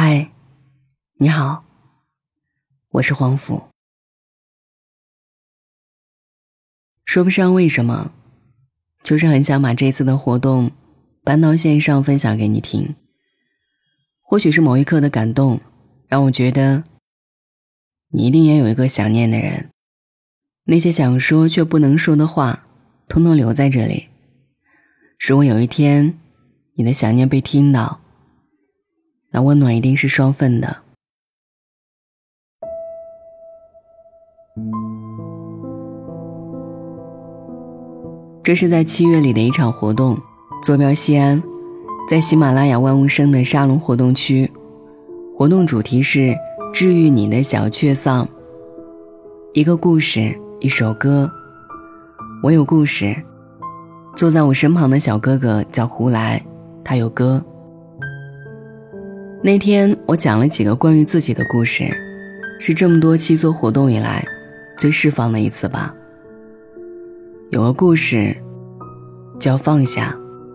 嗨，你好，我是黄甫。说不上为什么，就是很想把这次的活动搬到线上分享给你听。或许是某一刻的感动，让我觉得你一定也有一个想念的人，那些想说却不能说的话，通通留在这里。如果有一天你的想念被听到，那温暖一定是双份的。这是在7月里的一场活动，坐标西安，在喜马拉雅万物生的沙龙活动区。活动主题是治愈你的小确丧，一个故事，一首歌。我有故事，坐在我身旁的小哥哥叫胡来，他有歌。那天我讲了几个关于自己的故事，是这么多期做活动以来最释放的一次吧。有个故事叫放下。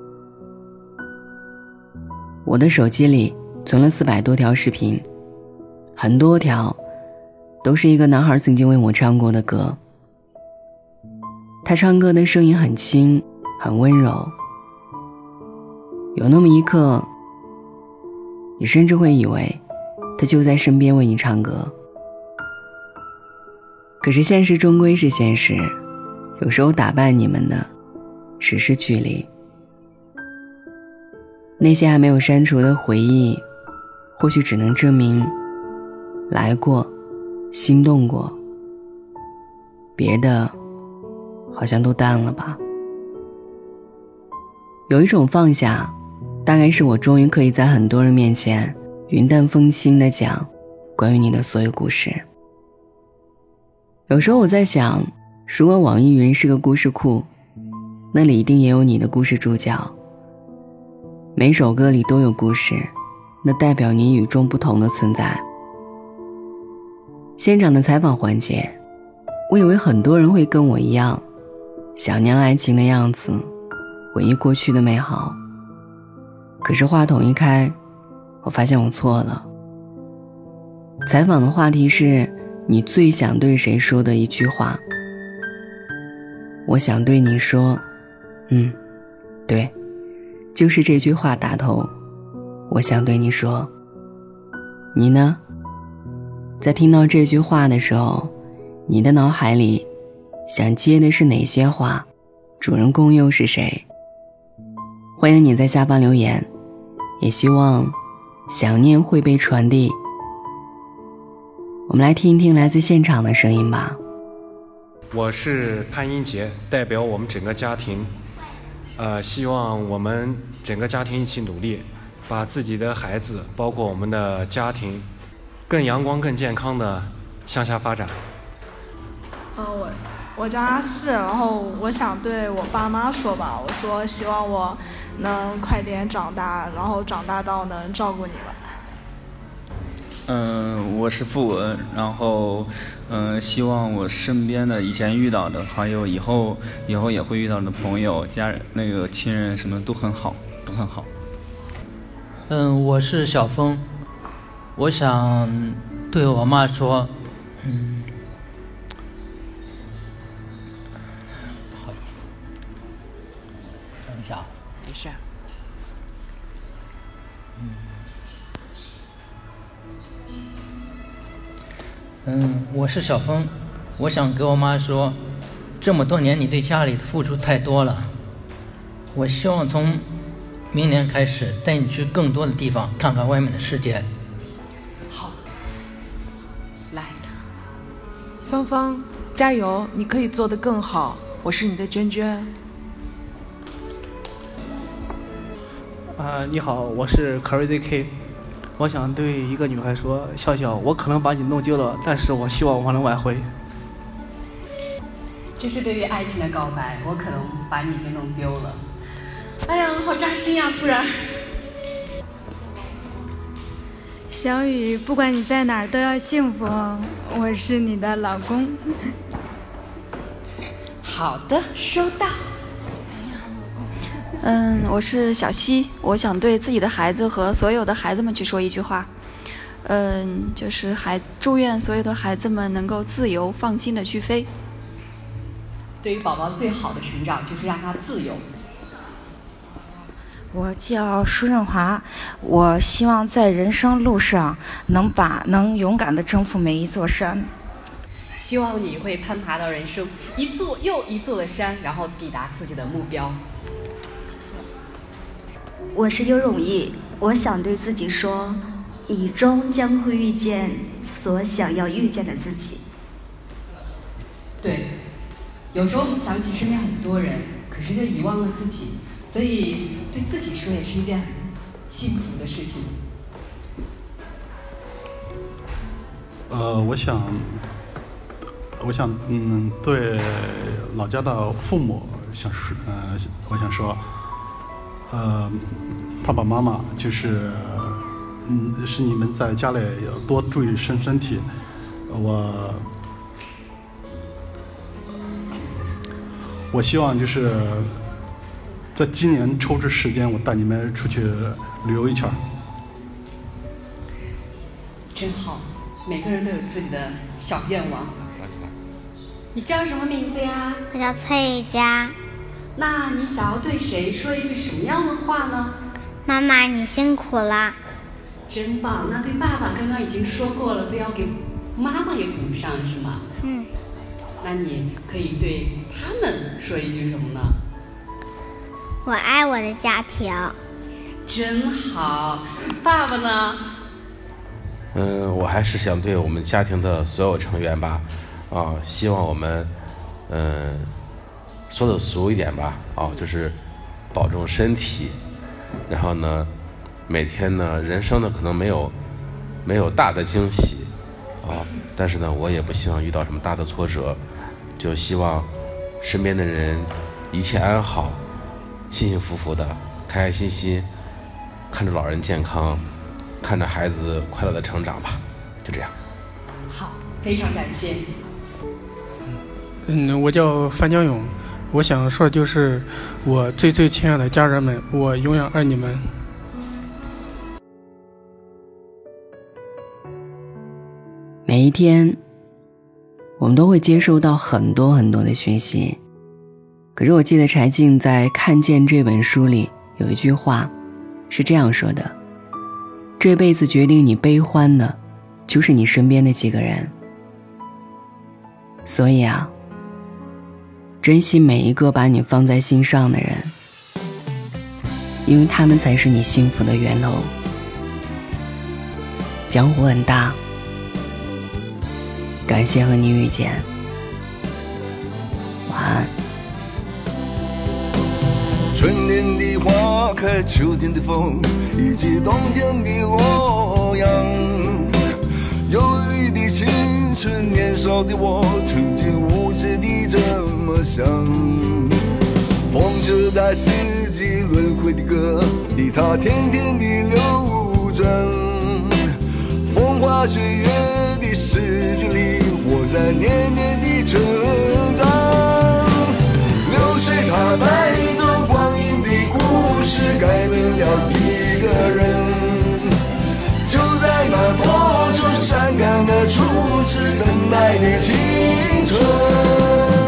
我的手机里存了400多条视频，很多条都是一个男孩曾经为我唱过的歌。他唱歌的声音很轻，很温柔，有那么一刻你甚至会以为他就在身边为你唱歌。可是现实终归是现实，有时候打败你们的只是距离。那些还没有删除的回忆，或许只能证明来过，心动过，别的好像都淡了吧。有一种放下，大概是我终于可以在很多人面前云淡风轻地讲关于你的所有故事。有时候我在想，如果网易云是个故事库，那里一定也有你的故事主角。每首歌里都有故事，那代表你与众不同的存在。现场的采访环节，我以为很多人会跟我一样想念爱情的样子，回忆过去的美好。可是话筒一开，我发现我错了。采访的话题是你最想对谁说的一句话。我想对你说，对，就是这句话打头。我想对你说，你呢？在听到这句话的时候，你的脑海里想接的是哪些话？主人公又是谁？欢迎你在下方留言，也希望想念会被传递。我们来听一听来自现场的声音吧。 我是潘英杰，代表我们整个家庭，希望我们整个家庭一起努力，把自己的孩子，包括我们的家庭，更阳光、更健康的向下发展。 我叫阿四，然后我想对我爸妈说吧，我说希望我能快点长大，然后长大到能照顾你们。 我是付文，然后希望我身边的以前遇到的，还有以后也会遇到的朋友、家人、亲人什么都很好，都很好。 我是小峰，我想对我妈说，不好意思，等一下， 没事。 我是小峰，我想跟我妈说，这么多年你对家里的付出太多了，我希望从明年开始带你去更多的地方，看看外面的世界。 好，来， 芳芳，加油，你可以做得更好，我是你的娟娟。 你好，我是 Crazy K。我想对一个女孩说，笑笑，我可能把你弄丢了，但是我希望我能挽回。 这是对于爱情的告白，我可能把你给弄丢了。哎呀，好扎心呀，突然。 小雨，不管你在哪儿都要幸福哦，我是你的老公。 好的，收到。 我是小西，我想对自己的孩子和所有的孩子们去说一句话，就是祝愿所有的孩子们能够自由放心的去飞。 对于宝宝最好的成长就是让他自由。 我叫舒振华，我希望在人生路上能勇敢地征服每一座山。 希望你会攀爬到人生一座又一座的山，然后抵达自己的目标。 谢谢。 我是尤永义，我想对自己说，你终将会遇见所想要遇见的自己。 对，有时候想起身边很多人，可是就遗忘了自己，所以对自己说也是一件很幸福的事情。 我想对老家的父母我想说，爸爸妈妈就是是你们在家里要多注意身体。我希望就是在今年抽出时间，我带你们出去旅游一圈。 真好，每个人都有自己的小愿望。你叫什么名字呀？ 我叫崔佳。 那你想要对谁说一句什么样的话呢？ 妈妈，你辛苦了。 真棒！那对爸爸刚刚已经说过了，所以要给妈妈也补上，是吗？那你可以对他们说一句什么呢？ 我爱我的家庭。 真好。爸爸呢？ 我还是想对我们家庭的所有成员吧，希望我们，说的俗一点吧，就是保重身体，然后呢，每天呢，人生呢可能没有大的惊喜，但是呢，我也不希望遇到什么大的挫折，就希望身边的人一切安好，幸幸福福的，开开心心，看着老人健康，看着孩子快乐的成长吧，就这样。 好，非常感谢。 我叫范江勇，我想说的就是我最亲爱的家人们，我永远爱你们。 每一天我们都会接收到很多的讯息，可是我记得柴静在《看见》这本书里有一句话是这样说的：这辈子决定你悲欢的就是你身边的几个人。所以珍惜每一个把你放在心上的人，因为他们才是你幸福的源头。江湖很大，感谢和你遇见，晚安。 春天的花开，秋天的风，以及冬天的洛阳。忧郁的青春，年少的我，曾经无知地这么想。风车在四季轮回的歌里，它天天地流转。风花雪月的诗句里，我在年年地成长。流水它带走光阴的故事，改变了一个人。就在那多愁善感的初次等待的青春。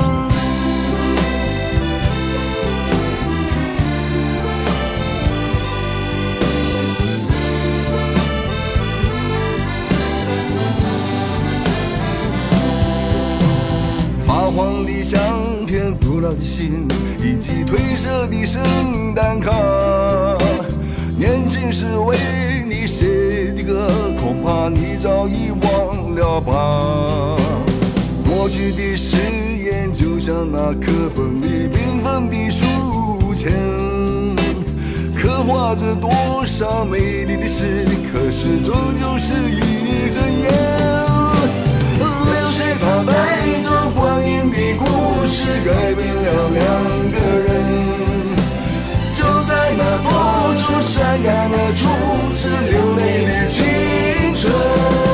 发黄的相片，古老的信，以及褪色的圣诞卡。年轻时为你写的歌，恐怕你早已忘了吧。过去的誓言就像那课本里缤纷的书签，刻画着多少美丽的事，可是终究是一阵烟。流水它带走光阴的故事，改变了两个人。就在那多愁善感的初次流泪的青春。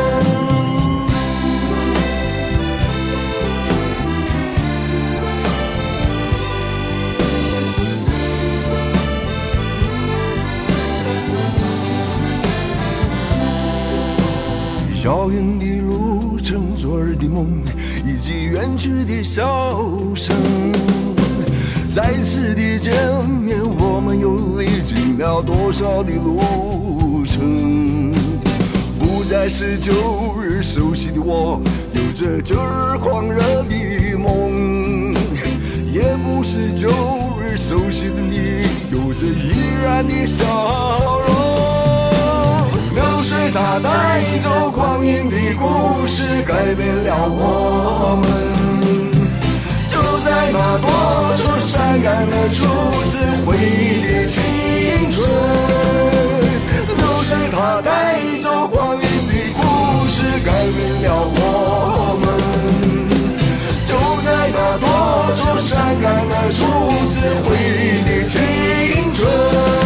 遥远的路程，昨日的梦，以及远去的笑声。再次的见面，我们又历经了多少的路程？不再是旧日熟悉的我，有着旧日狂热的梦，也不是旧日熟悉的你，有着依然的笑容。流水它带走光阴的故事，改变了我们。就在那多愁善感的初次回忆的青春，流水它带走光阴的故事，改变了我们。就在那多愁善感的初次回忆的青春。